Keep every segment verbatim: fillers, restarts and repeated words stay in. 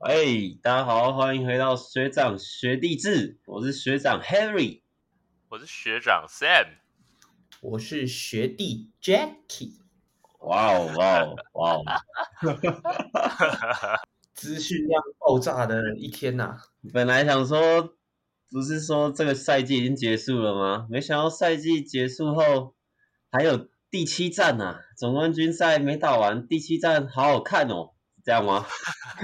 哎，大家好，欢迎回到学长学弟制，我是学长 Harry。 我是学长 Sam。 我是学弟 Jackie。 哇哦哇哦哇哦！ 资讯量爆炸的一天呐、 本来想说，不是说这个赛季已经结束了吗？没想到赛季结束后还有第七站呐、啊，总冠军赛没打完，第七站好好看哦，是这样吗？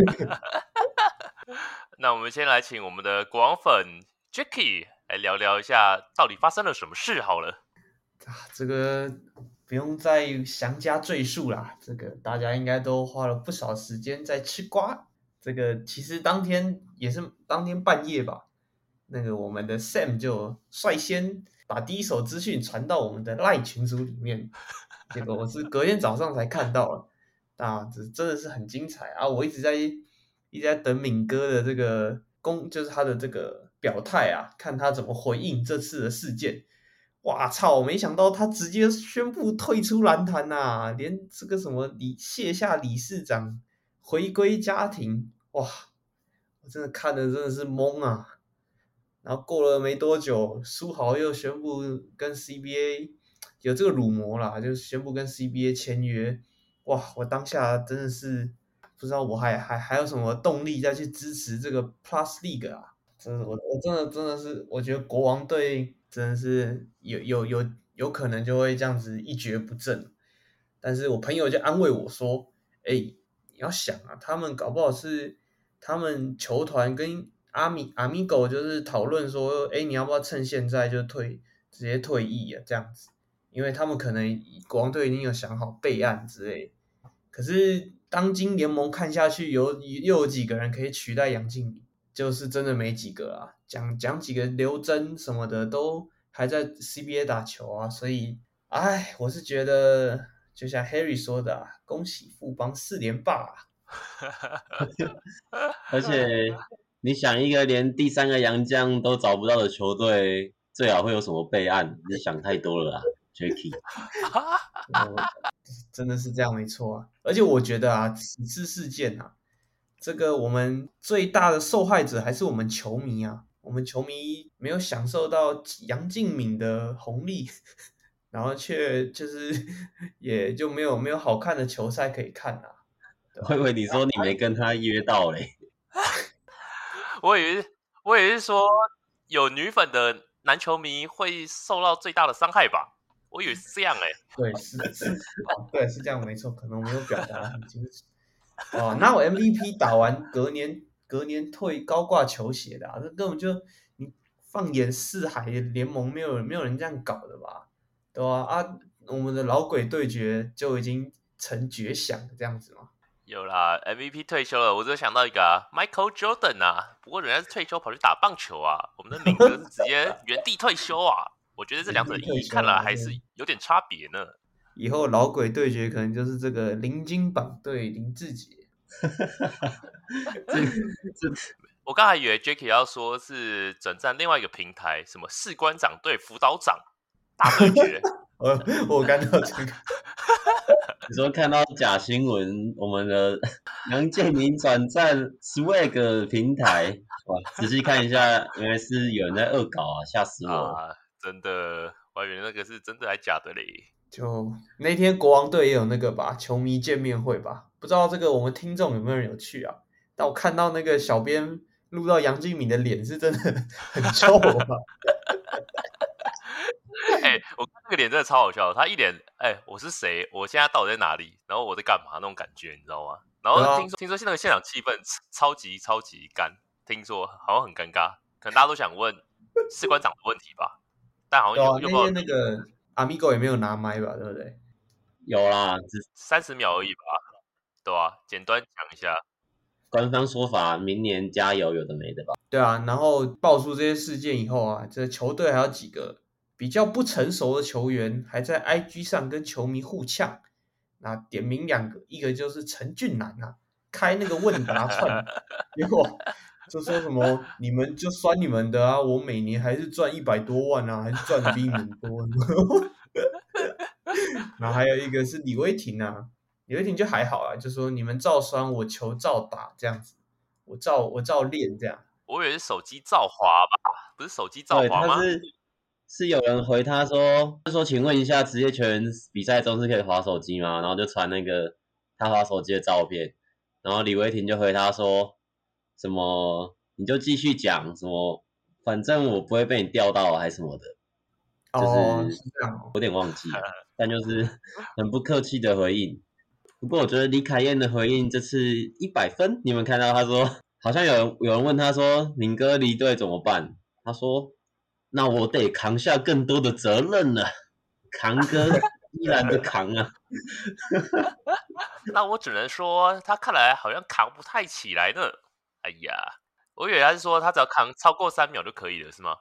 那我们先来请我们的国王粉 Jackie 来聊聊一下，到底发生了什么事好了。 啊，这个不用再详加赘述啦，这个大家应该都花了不少时间在吃瓜。这个其实当天也是当天半夜吧，那个我们的 Sam 就率先把第一手资讯传到我们的 LINE 群组里面，结果我是隔天早上才看到了，啊，这真的是很精彩啊！我一直在一直在等敏哥的这个公，就是他的这个表态啊，看他怎么回应这次的事件。哇操！没想到他直接宣布退出篮坛呐、连这个什么理卸下理事长，回归家庭，哇！我真的看的真的是懵啊。然后过了没多久，书豪又宣布跟 C B A 有这个辱没啦，就宣布跟 C B A 签约。哇！我当下真的是不知道我还还还有什么动力再去支持这个 Plus League 啊！真的，我我真的真的是，我觉得国王队真的是有有有有可能就会这样子一蹶不振。但是我朋友就安慰我说：“哎，你要想啊，他们搞不好是他们球团跟阿米阿米狗就是讨论说，哎，你要不要趁现在就退，直接退役啊？这样子，因为他们可能国王队已经有想好备案之类。可是当今联盟看下去有，又有几个人可以取代杨敬敏？就是真的没几个啊。讲讲几个刘真什么的都还在 C B A 打球啊，所以，哎，我是觉得。”就像 Harry 说的、啊，恭喜富邦四连霸、啊！ 而且你想一个连第三个洋将都找不到的球队，最好会有什么备案？你想太多了啦 ，Jackie。 真的是这样没错啊！而且我觉得啊，此次事件啊，这个我们最大的受害者还是我们球迷啊，我们球迷没有享受到杨敬敏的红利。然后却就是也就没有没有好看的球赛可以看啊。 我以为你说你没跟他约到嘞， 我以为我以为是说有女粉的男球迷会受到最大的伤害吧？我以为是这样哎、欸。 对，是是是，对，是这样没错，可能没有表达很清楚。哦，那我 M V P 打完隔年隔年退高挂球鞋的、啊，这根本就你放眼四海联盟，没有没有人这样搞的吧？对吧、啊？啊，我们的老鬼对决就已经成绝响这样子嘛。 有啦 ，M V P 退休了，我只有想到一个啊 ，Michael Jordan 啊，不过人家是退休跑去打棒球啊，我们的敏哥是直接原地退休啊。我觉得这两者意义看来还是有点差别呢。 以后老鬼对决可能就是这个林金榜对林志杰。 这这我刚才以为 Jackie 要说是转战另外一个平台，什么士官长对辅导长大对决。 我我看到这个， 你说看到假新闻，我们的杨建明转战 Swag 平台，哇，仔细看一下，原来是有人在恶搞啊，吓死我了！ 啊，真的，我还以为那个是真的还假的嘞。 就那天国王队也有那个吧，球迷见面会吧，不知道这个我们听众有没有人有去啊？但我看到那个小编录到杨敬敏的脸是真的很臭啊！ 哎、欸，我看那个脸真的超好笑，他一脸哎、欸，我是谁？我现在到底在哪里？然后我在干嘛？那种感觉，你知道吗？然后听说、啊、听说那个现场气氛超级超级干，听说好像很尴尬，可能大家都想问士官长的问题吧，但好像又、 啊、 又那天那个 Amigo 也没有拿麦吧，对不对？ 有啦， 三十秒而已吧，对啊，简单讲一下。 官方说法，明年加油，有的没的吧？ 对啊，然后爆出这些事件以后啊，这球队还有几个比较不成熟的球员还在 I G 上跟球迷互呛。那点名两个，一个就是陈俊南啊，开那个问答串，结果就说什么你们就酸你们的啊，我每年还是赚一百多万啊，还是赚的比你们多。然后还有一个是李威霆啊，李威霆就还好啊，就说你们照酸我球照打这样子。 我照我照练这样。 我以为是手机照滑吧，不是手机照对， 滑吗？ 他是是有人回他说，就说请问一下，职业球员比赛中是可以滑手机吗？然后就传那个他滑手机的照片，然后李维廷就回他说什么你就继续讲什么，反正我不会被你钓到还是什么的， 哦， 就是是这样哦。 有点忘记了，但就是很不客气的回应。不过我觉得李凯燕的回应这次一百分，你们看到他说，好像有人有人问他说，敏哥离队怎么办？他说，那我得扛下更多的责任了，扛哥依然的扛啊。 那我只能说，他看来好像扛不太起来呢。哎呀，我以为他是说他只要扛超过三秒就可以了，是吗？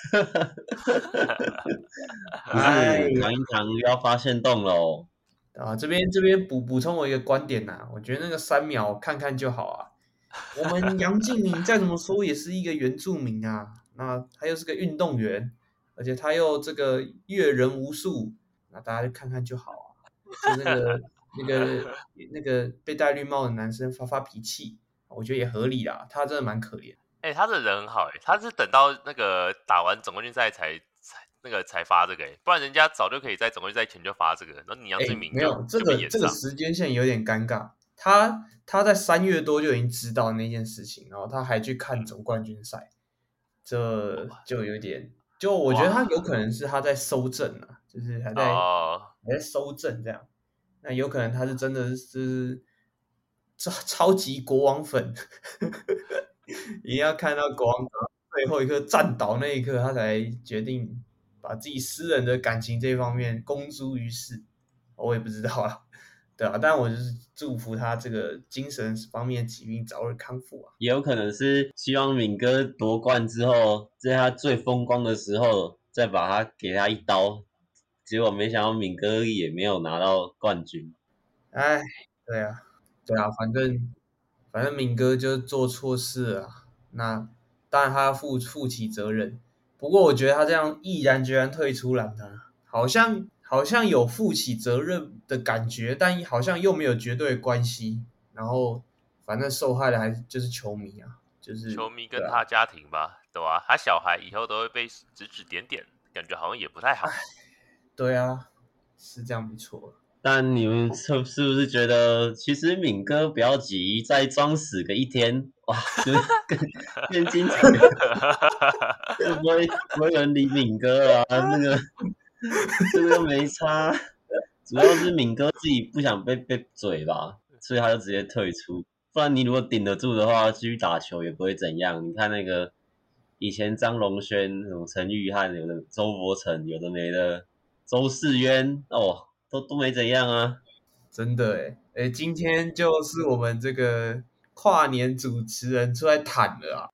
不是，扛一扛又要发现洞喽。 啊，这边这边补补充我一个观点呐、啊，我觉得那个三秒看看就好啊。我们杨敬敏再怎么说也是一个原住民啊，那他又是个运动员，而且他又这个阅人无数，那大家就看看就好啊。就那个那个那个被戴绿帽的男生发发脾气，我觉得也合理啦。他真的蛮可怜。 哎、欸，他的人很好哎、欸，他是等到那个打完总冠军赛才才那个才发这个哎、欸，不然人家早就可以在总冠军赛前就发这个，然后你杨敬敏没有这个这个时间线有点尴尬。他他在三月多就已经知道那件事情，然后他还去看总冠军赛，这就有点，就我觉得他有可能是他在收正啊，就是还在、哦、还在收正这样。那有可能他是真的是超超级国王粉，一定要看到国王最后一刻站倒那一刻，他才决定把自己私人的感情这方面公诸于世。我也不知道啊。对啊，但我就是祝福他这个精神方面疾病早日康复啊。 也有可能是希望敏哥夺冠之后，在他最风光的时候，再把他给他一刀。结果没想到敏哥也没有拿到冠军。 哎，对啊，对啊，反正反正敏哥就做错事了，那当然他要负负起责任。不过我觉得他这样毅然决然退出篮坛，好像。好像有负起责任的感觉，但好像又没有绝对关系。然后，反正受害的还是就是球迷啊，就是球迷跟他家庭吧，对吧、啊？他小孩以后都会被指指点点，感觉好像也不太好。 对啊，是这样没错。 但你们是不是觉得，其实敏哥不要急，再装死个一天，哇，就是更更精彩，就不会不会有人理敏哥啊，那个。这个没差，主要是敏哥自己不想被被嘴吧，所以他就直接退出。不然你如果顶得住的话，继续打球也不会怎样。你看那个以前张荣轩、什么陈玉翰，有的周伯成，有的没的，周世渊，哦，都都没怎样啊。 真的哎哎，今天就是我们这个跨年主持人出来坦了啊。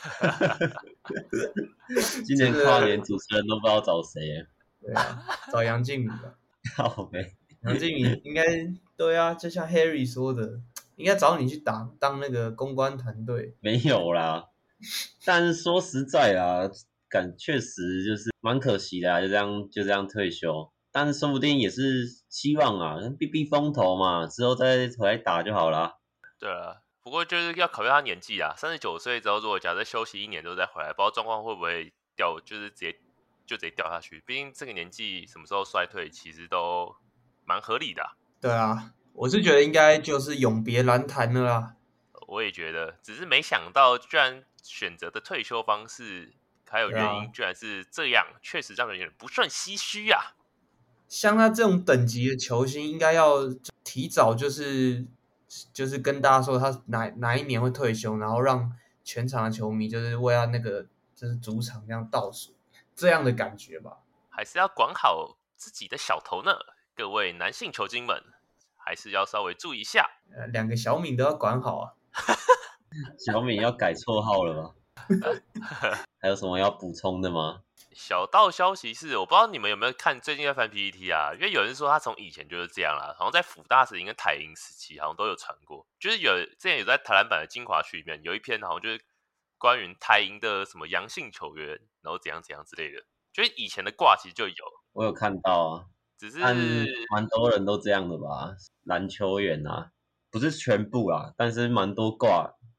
今年跨年主持人都不知道找谁。 对啊，找杨敬敏吧。 好呗， 杨敬敏应该对啊，就像 Harry 说的，应该找你去打当那个公关团队。 没有啦，但是说实在啦，感确实就是蛮可惜的啊，就这样就这样退休。但是说不定也是希望啊，避避风头嘛，之后再回来打就好啦。 对啊，不过就是要考虑他年纪啊，三十九岁之后，如果假设休息一年之后再回来，不知道状况会不会掉，就是直接。就直接掉下去，毕竟这个年纪什么时候衰退，其实都蛮合理的、啊。 对啊，我是觉得应该就是永别篮坛了啦。 我也觉得，只是没想到居然选择的退休方式还有原因，居然是这样，确、啊、实让人有点不胜唏嘘啊。 像他这种等级的球星，应该要提早就是就是跟大家说他哪哪一年会退休，然后让全场的球迷就是为他那个就是主场这样倒数。这样的感觉吧， 还是要管好自己的小头呢。各位男性球精们，还是要稍微注意一下。 呃，两个小敏都要管好啊。 小敏要改绰号了吗？还有什么要补充的吗？ 小道消息是，我不知道你们有没有看最近在翻 P P T 啊？因为有人说他从以前就是这样啦，好像在辅大时期跟台英时期好像都有传过，就是有之前有在台篮版的精华区里面有一篇好像就是。关于台银的什么阳性球员，然后怎样怎样之类的，就是以前的挂其实就有， 我有看到啊， 只是蛮多人都这样的吧，篮球员啊，不是全部啦，但是蛮多挂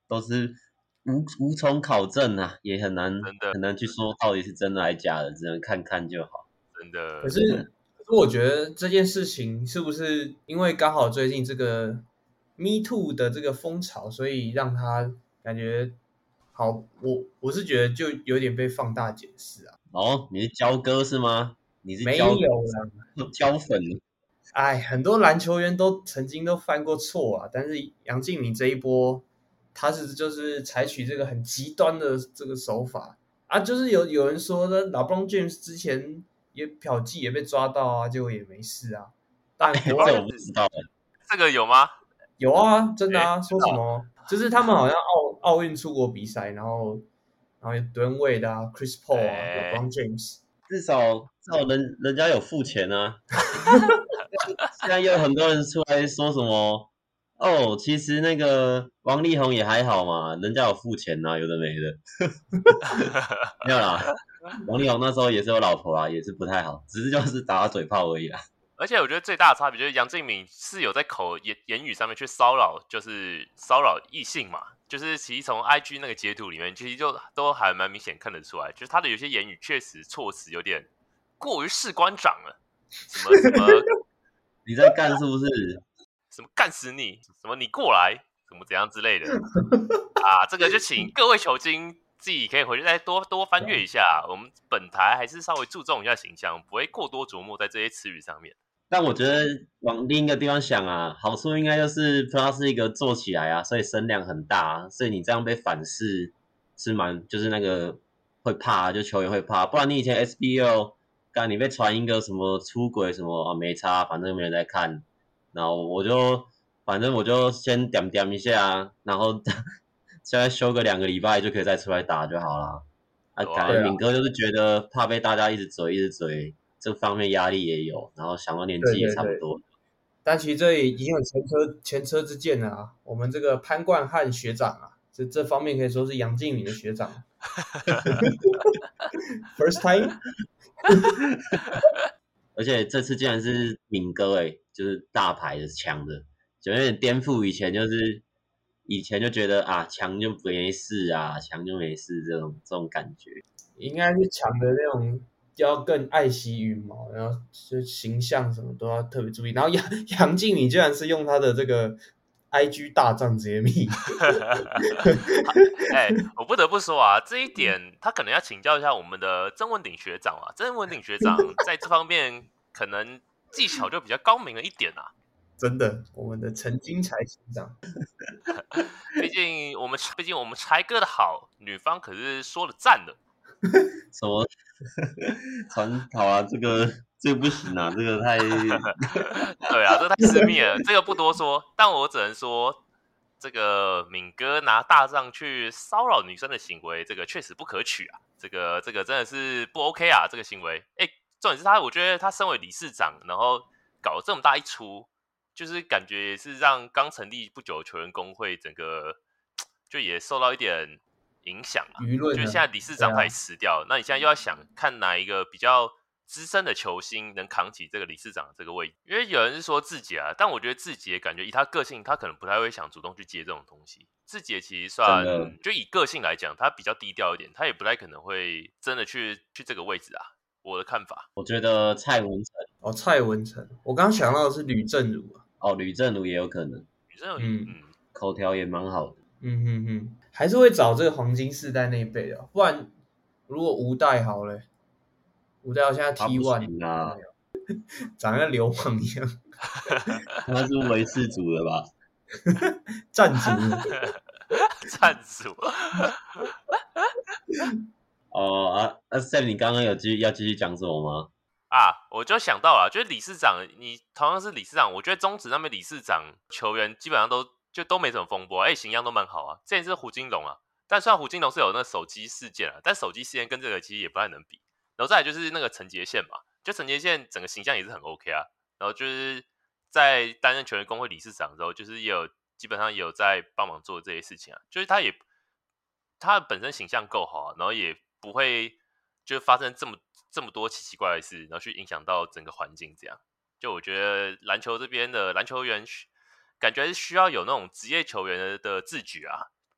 都是无无从考证啊，也很难很难去说到底是真的还是假的，只能看看就好。 真的。 可是，可是我觉得这件事情是不是因为刚好最近这个 Me Too 的这个风潮，所以让他感觉好？我我是觉得就有点被放大解释啊。 哦，你是交割是吗？你是没交有啦， 交粉？ 哎，很多篮球员都曾经都犯过错啊，但是杨敬敏这一波，他是就是采取这个很极端的这个手法啊，就是有有人说呢，LeBron James 之前也嫖妓也被抓到啊，结果也没事啊。但国外、 欸、这我不知道、欸， 这个有吗？ 有啊，真的啊， 欸、 说什么就是他们好像奥奥运出国比赛，然后然后有 Dwyane Wade 啊 ，Chris Paul 啊、欸、，LeBron James， 至少至少人人家有付钱啊。现在又有很多人出来说什么哦，其实那个王力宏也还好嘛，人家有付钱啊，有的没的。没有啦，王力宏那时候也是有老婆啊，也是不太好，只是就是打打嘴炮而已啦。 而且我觉得最大的差别就是杨敬敏是有在口言言语上面去骚扰，就是骚扰异性嘛，就是其实从 I G 那个截图里面，其实就都还蛮明显看得出来，就是他的有些言语确实措辞有点过于士官长了，什么什么你在干是不是？ 什么干死你，什么你过来，什么怎样之类的啊，这个就请各位球精自己可以回去再多多翻阅一下。我们本台还是稍微注重一下形象，不会过多琢磨在这些词语上面。 但我觉得往另一个地方想啊，好处应该就是他是一个做起来啊，所以声量很大、啊，所以你这样被反噬是蛮就是那个会怕，就球员会怕。不然你以前 S B L 干你被传一个什么出轨什么啊，没差，反正没人在看，然后我就反正我就先点点一下，然后现在休个两个礼拜就可以再出来打就好了。啊，感觉敏哥就是觉得怕被大家一直追一直追。这方面压力也有，然后想到年纪也差不多。 对对对，但其实这已经有前车前车之鉴了啊！我们这个潘冠汉学长啊，这这方面可以说是杨敬敏的学长。First time 。 而且这次竟然是敏哥哎、欸，就是大牌的强的，就有点颠覆以前，就是以前就觉得啊强就没事啊，强就没事这种这种感觉。 应该是强的那种。要更爱惜羽毛，然后就形象什么都要特别注意。然后杨杨敬敏居然是用他的这个 I G 大账直接密。 哎、欸，我不得不说啊，这一点他可能要请教一下我们的曾文鼎学长啊。曾文鼎学长在这方面可能技巧就比较高明了一点啊。 真的，我们的陈金财学长。 毕竟我们毕竟我们柴哥的好，女方可是说了赞的。 什么传好啊？这个这个不行啊，这个太对啊，这太私密了，这个不多说。但我只能说，这个敏哥拿大账去骚扰女生的行为，这个确实不可取啊。这个这个真的是不 OK 啊，这个行为。哎，重点是他，我觉得他身为理事长，然后搞了这么大一出，就是感觉也是让刚成立不久的球员工会整个就也受到一点影响啊， 舆论、啊、 就现在理事长他也辞掉、啊，那你现在又要想看哪一个比较资深的球星能扛起这个理事长的这个位置？因为有人是说志杰啊，但我觉得志杰感觉以他个性，他可能不太会想主动去接这种东西。志杰其实算就以个性来讲，他比较低调一点，他也不太可能会真的去去这个位置啊。我的看法， 我觉得蔡文成哦，蔡文成，我刚刚想到的是吕正如啊， 哦，吕正如也有可能， 吕正如嗯嗯， 口条也蛮好的。 嗯哼哼，还是会找这个黄金世代那一辈的，不然如果吴代好了，吴代好现在 T 一啊， 长得跟流氓一样， 他是维世组的吧？ 战族， 战族。 哦啊啊 ，Sam， 你刚刚有继续要继续讲什么吗？ 啊，我就想到了，就是理事长，你同样是理事长，我觉得中职那边理事长球员基本上都。就都没什么风波，哎、欸，形象都蛮好啊。之前是胡金龙啊，但虽然胡金龙是有那手机事件啊，但手机事件跟这个其实也不太能比。然后再来就是那个陈杰宪嘛，就陈杰宪整个形象也是很 OK 啊。然后就是在担任球员工会理事长的时候，就是也有基本上也有在帮忙做这些事情啊。就是他也他本身形象够好、啊，然后也不会就发生这么这么多奇奇怪怪的事，然后去影响到整个环境这样。就我觉得篮球这边的篮球员。感觉是需要有那种职业球员的的自觉啊，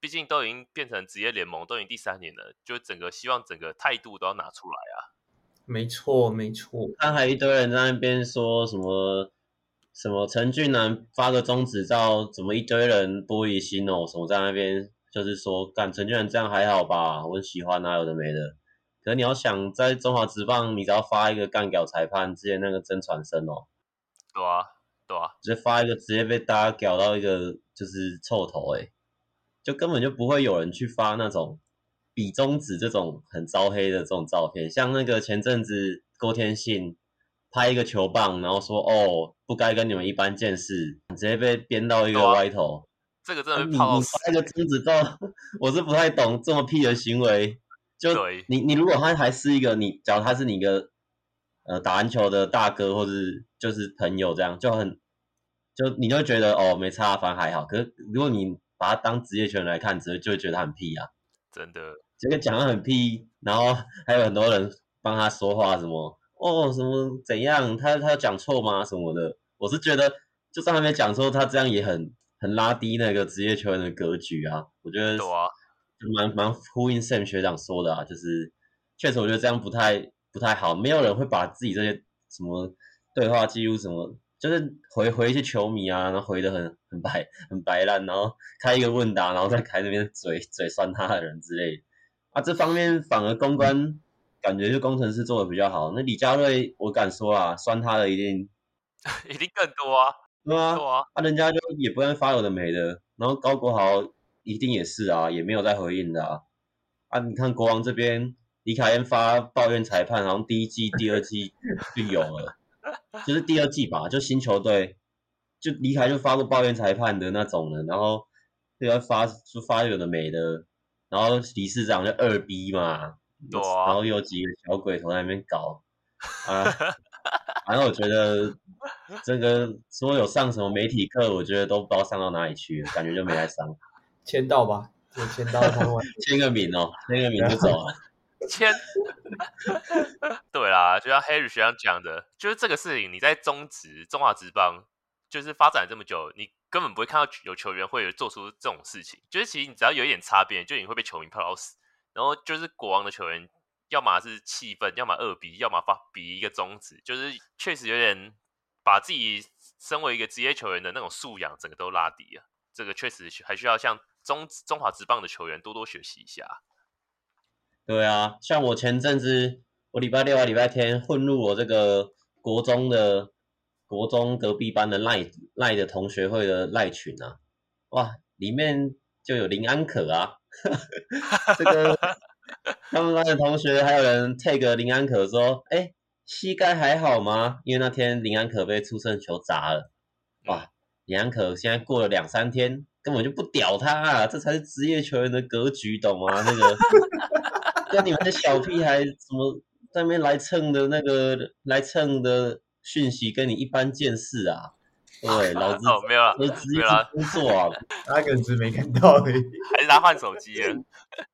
毕竟都已经变成职业联盟，都已经第三年了，就整个希望整个态度都要拿出来啊。 没错，没错。 看还一堆人在那边说什么什么陈俊南发个中指照，怎么一堆人玻璃心哦，什么在那边就是说干陈俊南这样还好吧，我很喜欢啊，有的没的。可是你要想在中华职棒，你只要发一个干屌裁判，之前那个曾传生哦， 对啊，对啊， 直接发一个直接被大家屌到一个就是臭头诶，就根本就不会有人去发那种比中指这种很招黑的这种照片，像那个前阵子郭天信拍一个球棒，然后说哦不该跟你们一般见识，直接被编到一个歪头。 啊、这个真的啊、 被你你泡到死。 发一个中指照，我是不太懂这么屁的行为。就对， 你你如果他还是一个你，假如他是你一个呃打篮球的大哥或是就是朋友这样，就很就你就会觉得哦没差，反正还好。可是如果你把他当职业球员来看，只会就会觉得他很屁啊。 真的， 这个讲他很屁，然后还有很多人帮他说话，什么哦什么怎样，他他有讲错吗什么的。我是觉得，就算他没讲错，他这样也很很拉低那个职业球员的格局啊。我觉得对啊， 就蛮蛮呼应 Sam 学长说的啊，就是确实我觉得这样不太不太好，没有人会把自己这些什么对话记录什么。就是回回一些球迷啊，然后回的很很白很白烂，然后开一个问答，然后再开那边嘴嘴酸他的人之类的啊，这方面反而公关感觉就工程师做的比较好。那李佳瑞，我敢说啊，酸他的一定一定更多啊， 对啊， 对啊， 啊人家就也不会发有的没的，然后高国豪一定也是啊，也没有在回应的啊。啊，你看国王这边，李凯燕发抱怨裁判，好像第一季、第二季就有了。就是第二季吧，就新球队就离开就发过抱怨裁判的那种了，然后就要发就发有的没的，然后理事长就二逼嘛， 对啊， 然后有几个小鬼头在那边搞啊，反正我觉得这个说有上什么媒体课，我觉得都不知道上到哪里去了，感觉就没来上， 签到吧，就签到台湾， 签个名哦，签个名就走了。 签，对啦，就像 Harry 学长讲的，就是这个事情，你在中职、中华职棒，就是发展这么久，你根本不会看到有球员会做出这种事情。就是其实你只要有一点差别，就你会被球迷泡到死。然后就是国王的球员，要么是气愤，要么二逼，要么发比一个中指，就是确实有点把自己身为一个职业球员的那种素养，整个都拉低了。这个确实还需要向中中华职棒的球员多多学习一下。 对啊，像我前阵子，我礼拜六啊、礼拜天混入我这个国中的国中隔壁班的赖赖的同学会的赖群啊，哇，里面就有林安可啊，这个他们班的同学还有人 tag 林安可说，哎，膝盖还好吗？因为那天林安可被出生球砸了，哇，林安可现在过了两三天，根本就不屌他啊，这才是职业球员的格局，懂吗？那个。跟你们的小屁孩怎么在那边来蹭的那个来蹭的讯息跟你一般见识啊？对，老子哦，没有啦， 我职业没有啦， 工作啊， 阿根只没看到而已。 还是他换手机了。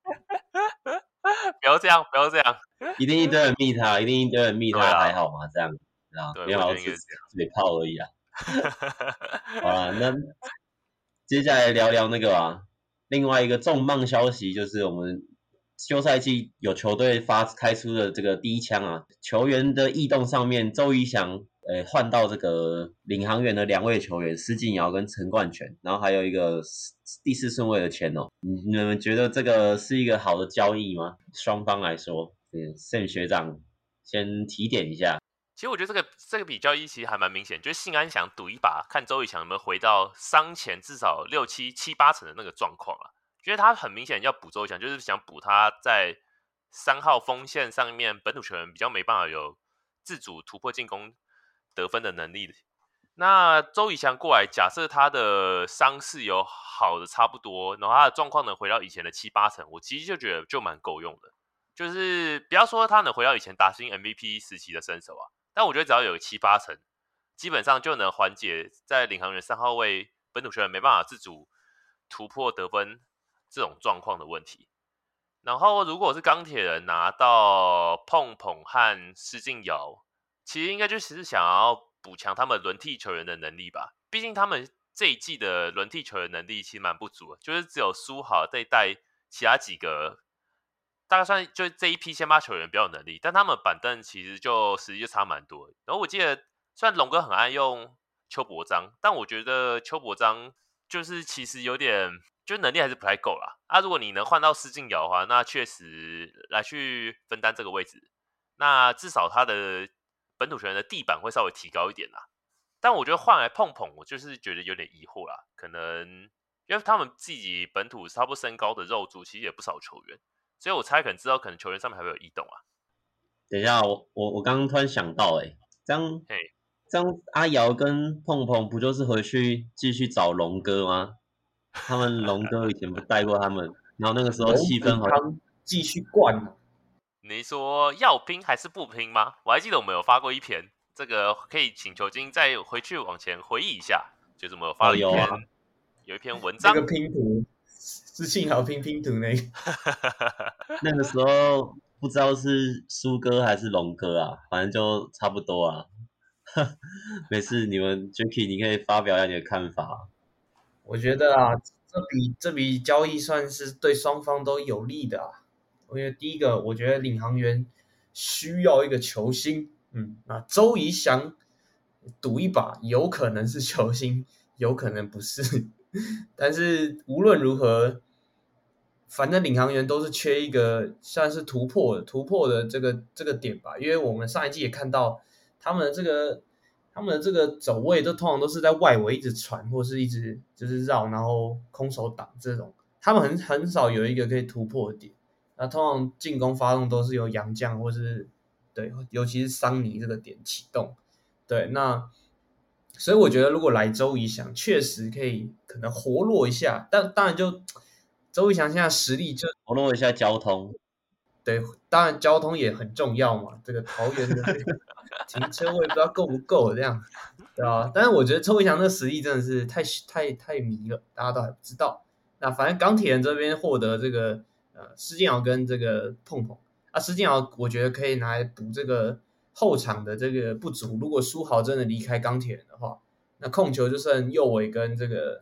不要这样，不要这样。 一定一堆人密他，一定一堆人密他， 啊、 还好吗？这样，啊，没有，只是嘴炮而已啊。好啦，那接下来聊聊那个吧。另外一个重磅消息就是我们休赛季有球队发开出的这个第一枪啊，球员的异动上面，周怡翔呃换到这个领航员的两位球员施晋尧跟陈冠全，然后还有一个第四顺位的钱哦，你们觉得这个是一个好的交易吗？双方来说，嗯 ，Sam 学长先提点一下。 其实我觉得这个这个比较一其实还蛮明显，就是信安想赌一把，看周怡翔有没有回到伤前至少六七七八成的那个状况啊。觉得他很明显要补周怡翔，就是想补他在三号锋线上面本土球员比较没办法有自主突破进攻得分的能力。那周怡翔过来，假设他的伤势有好的差不多，然后他的状况能回到以前的七八成，我其实就觉得就蛮够用的。就是不要说他能回到以前打进 M V P 时期的身手啊，但我觉得只要有七八成，基本上就能缓解在领航员三号位本土球员没办法自主突破得分这种状况的问题。然后如果是钢铁人拿到碰碰和施晋尧，其实应该就是想要补强他们轮替球员的能力吧。毕竟他们这一季的轮替球员能力其实蛮不足的，就是只有苏豪这一代，其他几个大概算就这一批先发球员比较有能力，但他们板凳其实就实力就差蛮多的。然后我记得虽然龙哥很爱用邱伯章，但我觉得邱伯章就是其实有点就是能力还是不太够啦。啊，如果你能换到施晋尧的话，那确实来去分担这个位置，那至少他的本土球员的地板会稍微提高一点啦。但我觉得换来碰碰，我就是觉得有点疑惑啦，可能因为他们自己本土差不多身高的肉柱，其实也不少球员，所以我猜可能知道可能球员上面还会有异动啊。 等一下，我我我刚刚突然想到、欸，哎，这样这样阿瑶跟碰碰不就是回去继续找龙哥吗？他们龙哥以前不带过他们，然后那个时候气氛好像继续灌。 你说要拼还是不拼吗？我还记得我们有发过一篇，这个可以请球精再回去往前回忆一下，就是我们有发了一篇、哦有, 啊、有一篇文章， 那个拼图是幸好拼拼图那个， 那个时候不知道是苏哥还是龙哥啊，反正就差不多啊。没事，你们 Jacky 你可以发表一下你的看法。 我觉得啊，这笔这笔交易算是对双方都有利的啊。因为第一个，我觉得领航员需要一个球星，嗯，那周怡翔赌一把，有可能是球星，有可能不是。但是无论如何，反正领航员都是缺一个算是突破突破的这个这个点吧。因为我们上一季也看到他们的这个他们的这个走位都通常都是在外围一直传，或是一直就是绕，然后空手挡这种，他们很很少有一个可以突破的点。那通常进攻发动都是由洋将或是对，尤其是桑尼这个点启动。对，那所以我觉得如果来周怡翔，确实可以可能活络一下，但当然就周怡翔现在实力就活络一下交通。 对，当然交通也很重要嘛，这个桃园的这个停车位不知道够不够这样，对吧？但是我觉得周怡翔这实力真的是太太太迷了，大家都还不知道。那反正钢铁人这边获得这个。呃，施晋尧跟这个碰碰啊，施晋尧我觉得可以拿来补这个后场的这个不足。如果书豪真的离开钢铁人的话，那控球就剩右伟跟这个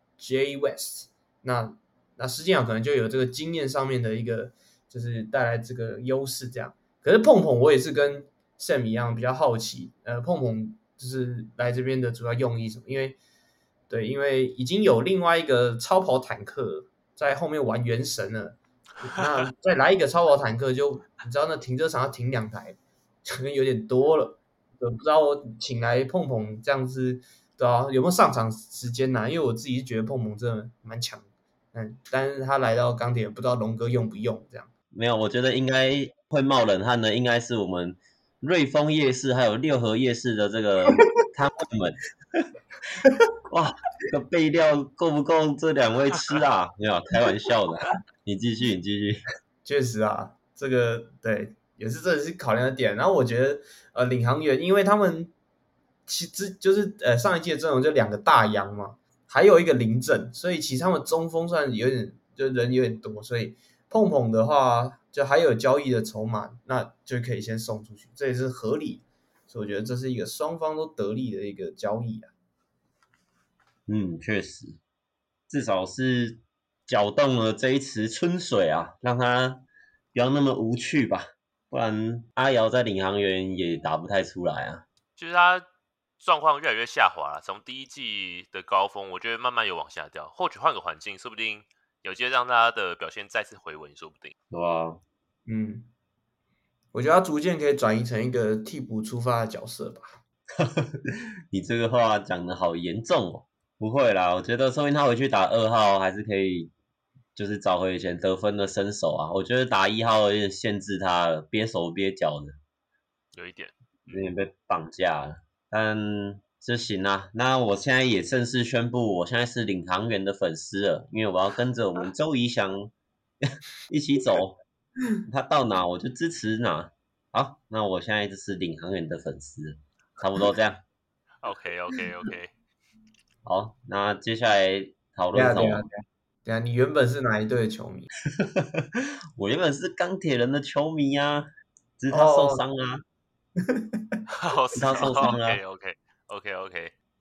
J West， 那那施晋尧可能就有这个经验上面的一个就是带来这个优势这样。可是碰碰我也是跟 Sam 一样比较好奇，呃，碰碰就是来这边的主要用意什么？因为对，因为已经有另外一个超跑坦克在后面玩原神了。那再来一个超跑坦克就，就你知道那停车场要停两台，可能有点多了。不知道我请来碰碰这样子，对啊，有没有上场时间呢、啊？因为我自己觉得碰碰真的蛮强，嗯，但是他来到钢铁，不知道龙哥用不用这样。 没有，我觉得应该会冒冷汗的，应该是我们瑞丰夜市还有六合夜市的这个摊位们。哇，这个备料够不够这两位吃啊？没有，开玩笑的。你继续，你继续。 确实啊，这个对也是这是考量的点。然后我觉得，呃，领航员因为他们其实就是呃上一届阵容就两个大洋嘛，还有一个林振，所以其实他们中锋算有点就人有点多，所以碰碰的话就还有交易的筹码，那就可以先送出去，这也是合理。所以我觉得这是一个双方都得利的一个交易啊。 嗯，确实，至少是搅动了这一池春水啊，让他不要那么无趣吧，不然阿瑶在领航员也打不太出来啊。 就是他状况越来越下滑了，从第一季的高峰，我觉得慢慢有往下掉。或许换个环境，说不定有机会让他的表现再次回稳，说不定。 对吧？ 嗯，我觉得他逐渐可以转移成一个替补出发的角色吧。 你这个话讲得好严重哦。不会啦，我觉得说明他回去打二号还是可以，就是找回以前得分的身手啊。我觉得打一号有点限制他了，憋手憋脚的， 有一点， 有点被绑架了。但这行啊，那我现在也正式宣布，我现在是领航员的粉丝了，因为我要跟着我们周怡翔一起走，他到哪我就支持哪。好，那我现在就是领航员的粉丝，差不多这样。 OK OK OK。 好，那接下来讨论什么？ 对啊，对啊，你原本是哪一队的球迷？ 我原本是钢铁人的球迷啊，只是他受伤啦、啊， 哦， 他受伤啦、啊。 OK OK OK OK。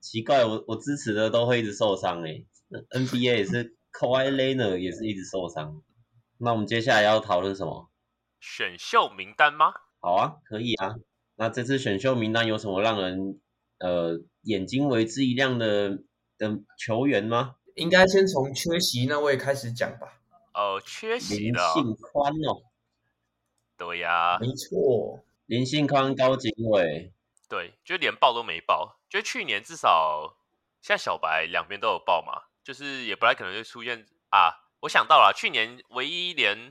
奇怪，我我支持的都会一直受伤诶、欸、，N B A 也是 Kawhi Leonard 也是一直受伤。那我们接下来要讨论什么？ 选秀名单吗？ 好啊，可以啊。那这次选秀名单有什么让人呃眼睛为之一亮的的球员吗？ 应该先从缺席那位开始讲吧。 呃，缺席林的、 信宽哦， 对呀、 没错， 林信宽、高景伟， 对，就连报都没报。就去年至少像小白两边都有报嘛，就是也不太可能会出现啊。我想到了，去年唯一连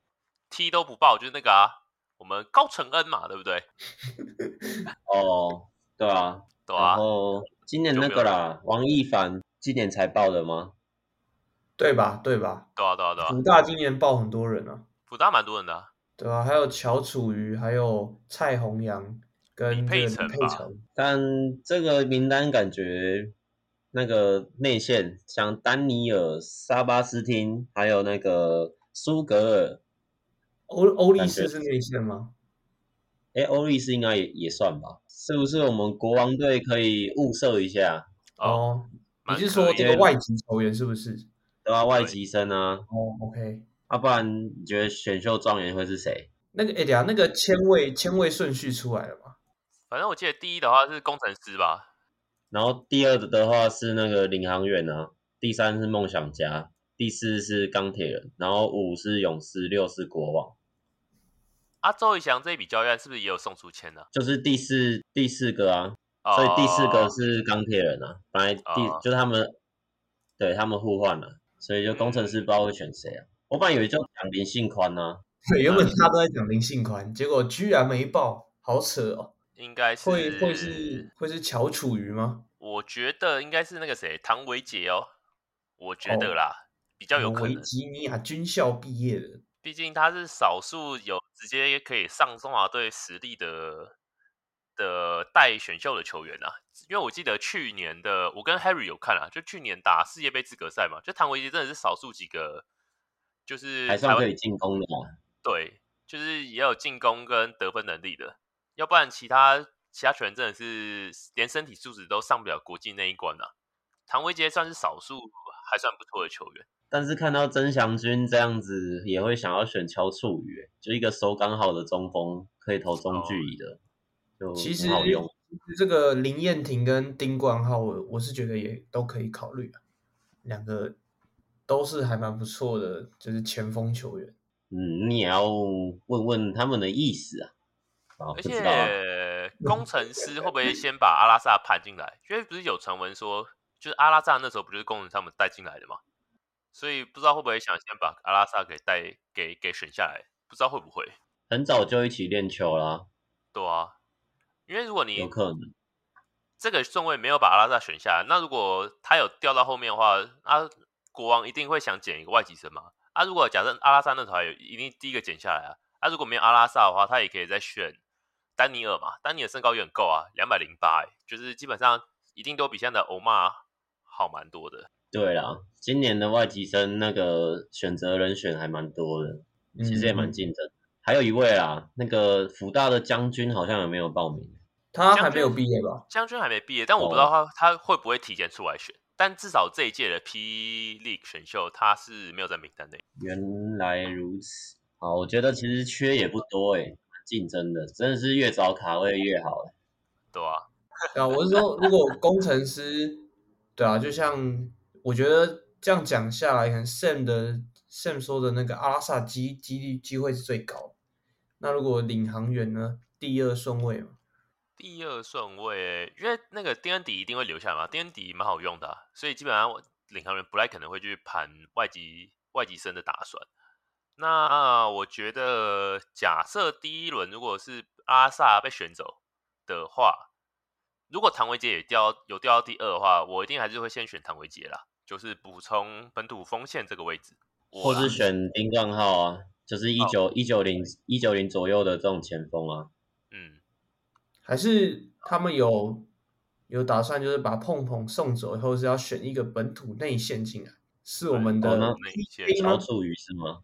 T 都不报就是那个啊，我们高承恩嘛，对不对？ 哦，对啊，然对啊， 后今年那个啦，王一凡今年才报的吗？ 对吧？对吧？ 对啊，对啊，对啊， 福大今年报很多人啊， 福大蛮多人的、啊， 对吧、还有乔楚瑜，还有蔡宏阳跟这个李佩成。 但这个名单感觉那个内线像丹尼尔、沙巴斯汀，还有那个苏格尔， 欧欧力士是内线吗？ 哎，欧力士应该也也算吧？是不是我们国王队可以物色一下？ 哦，你是说说这个外籍球员是不是？ 对啊，外籍生啊。 哦 ，OK。 要、啊、不然你觉得选秀状元会是谁？ 那个哎，等下那个签位签位顺序出来了吗？ 反正我记得第一的话是工程师吧， 然后第二的话是那个领航员啊，第三是梦想家，第四是钢铁人，然后五是勇士，六是国王。 啊，周怡翔这一笔交易案是不是也有送出签呢、啊？ 就是第四第四个啊， 哦、 所以第四个是钢铁人啊，本来第、 哦、 就是他们对他们互换了，所以就工程师不知道会选谁啊。我本来以为就讲林信宽啊， 对，原本他都在讲林信宽，结果居然没报，好扯哦。 应该是会会是会是乔楚瑜吗？ 我觉得应该是那个谁，唐维杰哦，我觉得啦，哦、比较有可能。 维吉尼亚军校毕业的， 毕竟他是少数有直接可以上中华队实力的的带选秀的球员啊。因为我记得去年的我跟 Harry 有看啊，就去年打世界杯资格赛嘛，就唐维杰真的是少数几个，就是还算可以进攻的嘛。 对，就是也有进攻跟得分能力的，要不然其他其他球员真的是连身体素质都上不了国际那一关啊。唐维杰算是少数还算不错的球员， 但是看到曾祥军这样子，也会想要选乔楚瑜，就一个手感好的中锋，可以投中距离的，哦、就很好用。 其实这个林彦廷跟丁冠浩，我是觉得也都可以考虑啊，两个都是还蛮不错的，就是前锋球员。 嗯，你也要问问他们的意思啊。啊而不知道啊且工程师会不会先把阿拉萨盘进来？因为不是有传闻说，就是阿拉萨那时候不就是工程师他们带进来的嘛，所以不知道会不会想先把阿拉萨给带给给选下来，不知道会不会。 很早就一起练球啦。 对啊，因为如果你有可能这个顺位没有把阿拉萨选下来，那如果他有掉到后面的话，啊，国王一定会想捡一个外籍生嘛。啊，如果假设阿拉萨那头还有一定第一个捡下来啊，啊，如果没有阿拉萨的话，他也可以再选丹尼尔嘛。丹尼尔身高也很够啊，两百零八，就是基本上一定都比现在的欧骂好蛮多的。 对啦，今年的外籍生那个选择人选还蛮多的，其实也蛮竞争。嗯、还有一位啦，那个福大的将军好像也没有报名。 他还没有毕业吧？ 将军还没毕业，但我不知道他、哦、他会不会提前出来选。但至少这一届的 P League 选秀他是没有在名单内。 原来如此，好，我觉得其实缺也不多诶，竞争的真的是越早卡位越好诶。 对啊， 对啊，我是说，如果工程师，对啊，就像我觉得这样讲下来，可能 Sam 的 Sam 说的那个阿拉萨机几率机会是最高。那如果领航员呢？第二顺位嘛。 第二顺位，因为那个丁恩迪一定会留下嘛，丁恩迪蛮好用的、啊，所以基本上领航员不太可能会去盘外籍外籍生的打算。那、呃、我觉得，假设第一轮如果是阿萨被选走的话，如果唐维杰也掉有掉到第二的话，我一定还是会先选唐维杰啦，就是补充本土锋线这个位置， 或是选丁冠浩啊，就是一九一九零一九零左右的这种前锋啊。 嗯。 还是他们有有打算，就是把碰碰送走以后，是要选一个本土内线进来，是我们的内线乔楚瑜是吗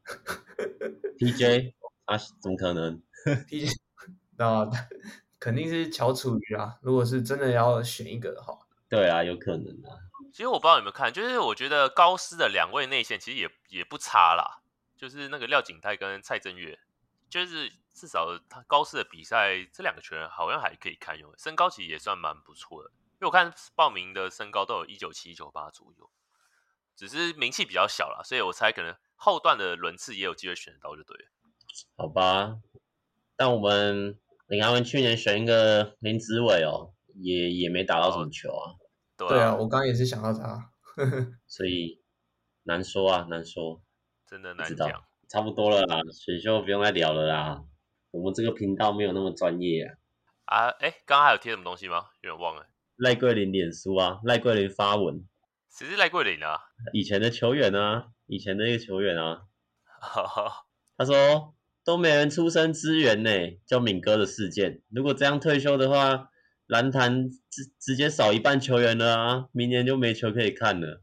？P J 啊，怎么可能 ？P J 啊，肯定是乔楚瑜啊。如果是真的要选一个的话， 对啊，有可能啊。 其实我不知道有没有看，就是我觉得高师的两位内线其实也也不差啦，就是那个廖景泰跟蔡正月，就是至少他高师的比赛这两个球员好像还可以看用，身高其实也算蛮不错的，因为我看报名的身高都有一九七、一九八左右，只是名气比较小啦，所以我猜可能后段的轮次也有机会选得到就对了。 好吧，但我们你看他们去年选一个林子伟哦，也也没打到什么球啊。 对啊， 对啊，我刚刚也是想到他， 所以难说啊，难说， 真的难讲。 差不多了啦，选秀不用再聊了啦，我们这个频道没有那么专业啊。 啊，哎，刚刚还有贴什么东西吗？有点忘了。 赖桂林脸书啊，赖桂林发文， 谁是赖桂林啊？ 以前的球员啊，以前的一个球员啊，他说都没人出声支援呢，叫敏哥的事件。如果这样退休的话，篮坛直直接少一半球员了啊，明年就没球可以看了。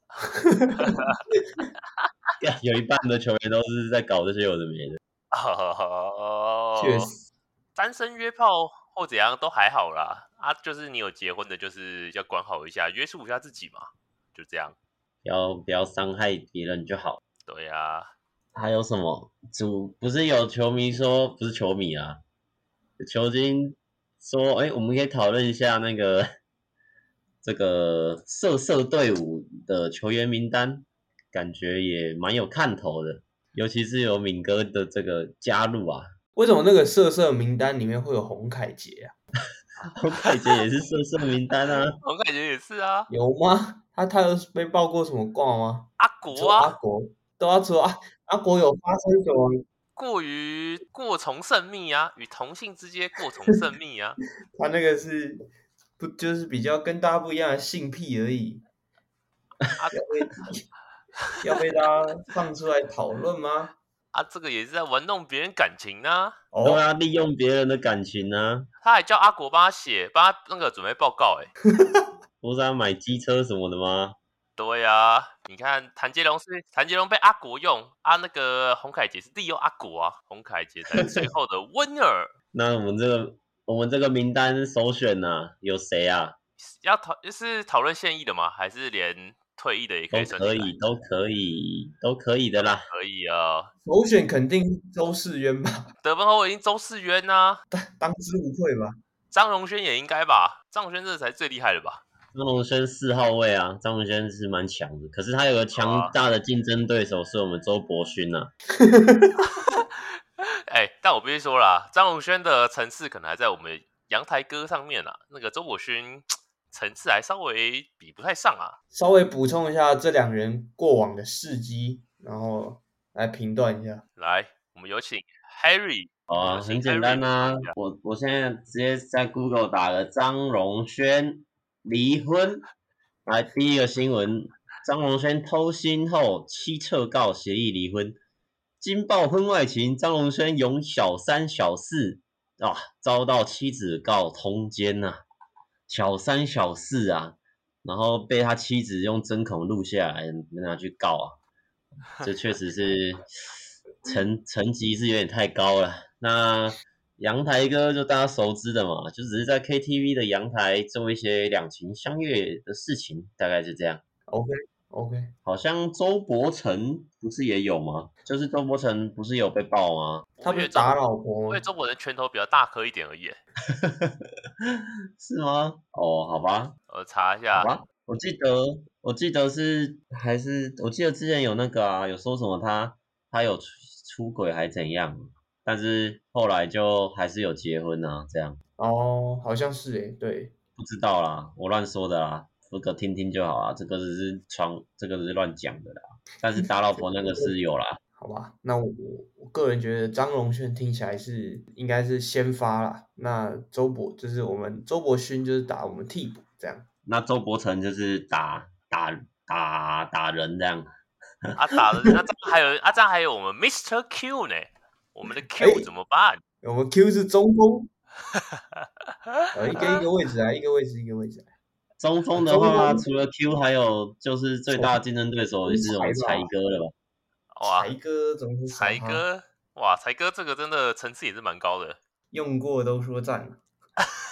有一半的球员都是在搞这些有的没的。 确实， 单身约炮或怎样都还好啦。啊，就是你有结婚的，就是要管好一下，约束一下自己嘛，就这样。 不要不要伤害别人就好。 对呀、啊。 还有什么？主不是有球迷说，不是球迷啊，球经说，哎、欸，我们可以讨论一下那个这个色色队伍的球员名单，感觉也蛮有看头的，尤其是有敏哥的这个加入啊。 为什么那个色色名单里面会有洪凯杰啊？ 洪凯杰也是色色名单啊。 洪凯杰也是啊。 有吗？他他有被爆过什么挂吗？ 阿国啊， 阿国都要说啊，阿国有发生什么？ 过于过从甚密啊，与同性之间过从甚密啊。 他那个是不就是比较跟大家不一样的性癖而已。啊、要被要被大家放出来讨论吗？ 啊，这个也是在玩弄别人感情啊。 哦，对啊，利用别人的感情啊。 他还叫阿国帮他写，帮他那个准备报告、欸，哎， 不是要买机车什么的吗？ 对啊，你看谭杰龙是谭杰龙被阿国用啊，那个洪凯杰是利用阿国啊，洪凯杰才是最后的 winner。 那我们这个我们这个名单首選啊，有谁啊？ 要讨就是讨论现役的吗？还是连退役的也可以都可以，都可以，都可以的啦。 可以啊。 首选肯定是周世渊吧？ 得分后卫已经周世渊呐， 当之无愧吧？ 张荣轩也应该吧？张荣轩这才最厉害的吧？ 张荣轩四号位啊，张荣轩是蛮强的，可是他有个强大的竞争对手是我们周伯勋啊。 哎、欸，但我必须说啦，张荣轩的层次可能还在我们阳台哥上面啊，那个周伯勋层次还稍微比不太上啊。 稍微补充一下这两人过往的事迹，然后来评断一下。 来，我们有请 Harry。 哦，很简单啊，我我现在直接在 Google 打了张荣轩离婚，来第一个新闻，张荣轩偷腥后妻撤告协议离婚，惊爆婚外情，张荣轩拥小三小四啊，遭到妻子告通奸呐、啊，小三小四啊，然后被他妻子用针孔录下来拿去告啊，这确实是层层级是有点太高了。那阳台哥就大家熟知的嘛，就只是在 K T V 的阳台做一些两情相悦的事情，大概是这样。 OK OK， 好像周伯成不是也有吗？就是周伯成不是有被爆吗？ 他不是打老婆吗？ 因为周伯成拳头比较大颗一点而已。 是吗？哦，好吧， 我查一下。 好吧，我记得我记得是还是我记得之前有那个啊，有说什么他他有出出轨还怎样？但是后来就还是有结婚啊，这样。 哦，好像是诶，对。 不知道啦，我乱说的啦，这个听听就好啦，这个只是传，这个只是乱讲的啦。但是打老婆那个是有啦。 好吧，那我我个人觉得张荣轩听起来是应该是先发啦，那周伯就是我们周伯勋就是打我们替补这样。 那周伯成就是打打打打人这样。 啊打人，那这样还有啊这样还有我们 Mister Q 呢？我们的 Q 怎么办？ 欸、我们 Q 是中锋，呃，一个一个位置啊，一个位置一个位置、啊。 中锋的话，除了 Q， 还有就是最大的竞争对手也是我们才哥了吧？ 哇， 才哥怎么是才哥？哇，才哥这个真的层次也是蛮高的。 用过都说赞。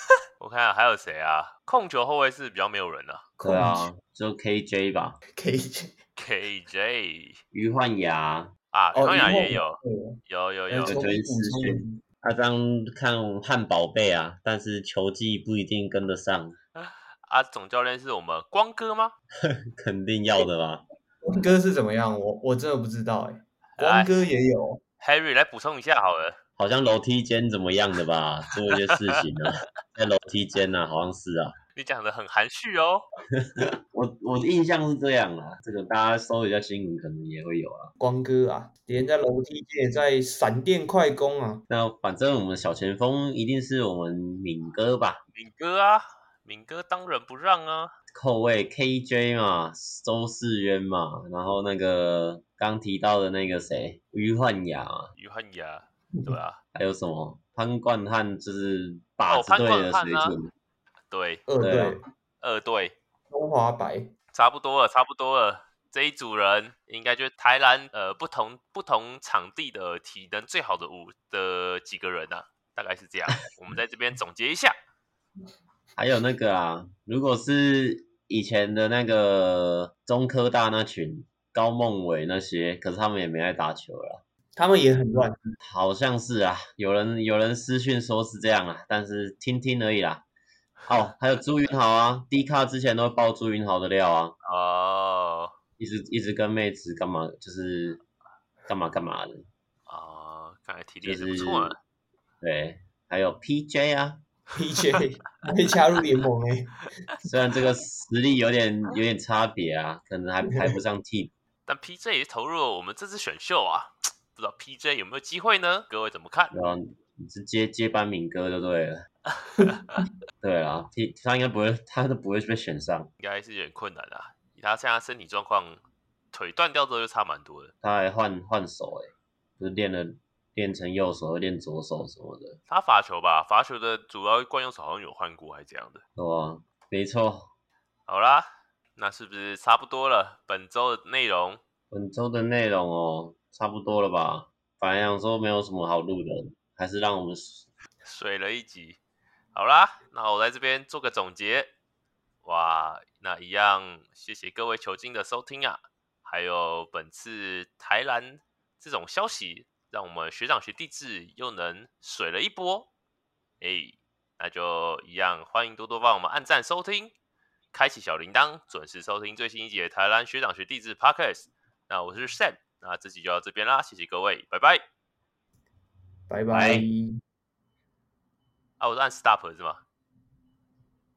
我看还有谁啊？控球后卫是比较没有人啊。 对啊，就 K J 吧。 K J K J 于焕雅啊，于哦， 焕雅也有， 有有有有。 球迷补充。 他这样看汉堡贝啊，但是球技不一定跟得上。 啊，总教练是我们光哥吗？ 肯定要的吧。 光哥是怎么样？我我真的不知道哎。光哥也有 ，Harry 来补充一下好了。 好像楼梯间怎么样的吧，做一些事情啊，在楼梯间啊，好像是啊。 你讲的很含蓄哦。 我我的印象是这样啊，这个大家搜一下新闻可能也会有啊。 光哥啊，连在楼梯间也在闪电快攻啊。 那反正我们小前锋一定是我们敏哥吧？ 敏哥啊，敏哥当仁不让啊。 后卫 K J 嘛，周世渊嘛，然后那个刚提到的那个谁，于焕雅嘛， 于焕雅，对啊， 还有什么潘冠汉，就是靶子队的水准。 哦啊、对， 二队， 二队， 中华白， 差不多了，差不多了。这一组人应该就是台南呃不同不同场地的体能最好的五的几个人啊，大概是这样。我们在这边总结一下。 还有那个啊，如果是以前的那个中科大那群高梦伟那些，可是他们也没在打球了， 他们也很乱， 好像是啊，有人有人私讯说是这样啊，但是听听而已啦。哦，还有朱云豪啊 ，D 卡之前都爆朱云豪的料啊， 哦， 一直一直跟妹子干嘛，就是干嘛干嘛的啊，看来体力也是不错啊。 对，还有 P J 啊。 P J 还没加入联盟哎、 欸，虽然这个实力有点有点差别啊，可能还排不上 T， 但 P J 也投入了我们这次选秀啊，不知道 P J 有没有机会呢？各位怎么看？ 然后你是接接班敏哥就对了，对啊，他应该不会，他都不会被选上， 应该是有点困难啊，以他现在身体状况，腿断掉之后就差蛮多的。 他还换换手哎、欸，就是练了。练成右手，练左手什么的。 他罚球吧，罚球的主要惯用手好像有换过，还是这样的。 哦，没错。 好啦，那是不是差不多了？本周的内容， 本周的内容哦，差不多了吧？本来想说没有什么好录的，还是让我们水了一集。好啦，那我在这边做个总结。哇，那一样，谢谢各位球精的收听啊，还有本次台篮这种消息。让我们学长学弟制又能水了一波，哎，那就一样，欢迎多多帮我们按赞收听，开启小铃铛，准时收听最新一集的台篮学长学弟制 Podcast。那我是 Sam， 那这集就到这边啦，谢谢各位，拜拜， 拜拜。 啊，我是按 Stop 是吗？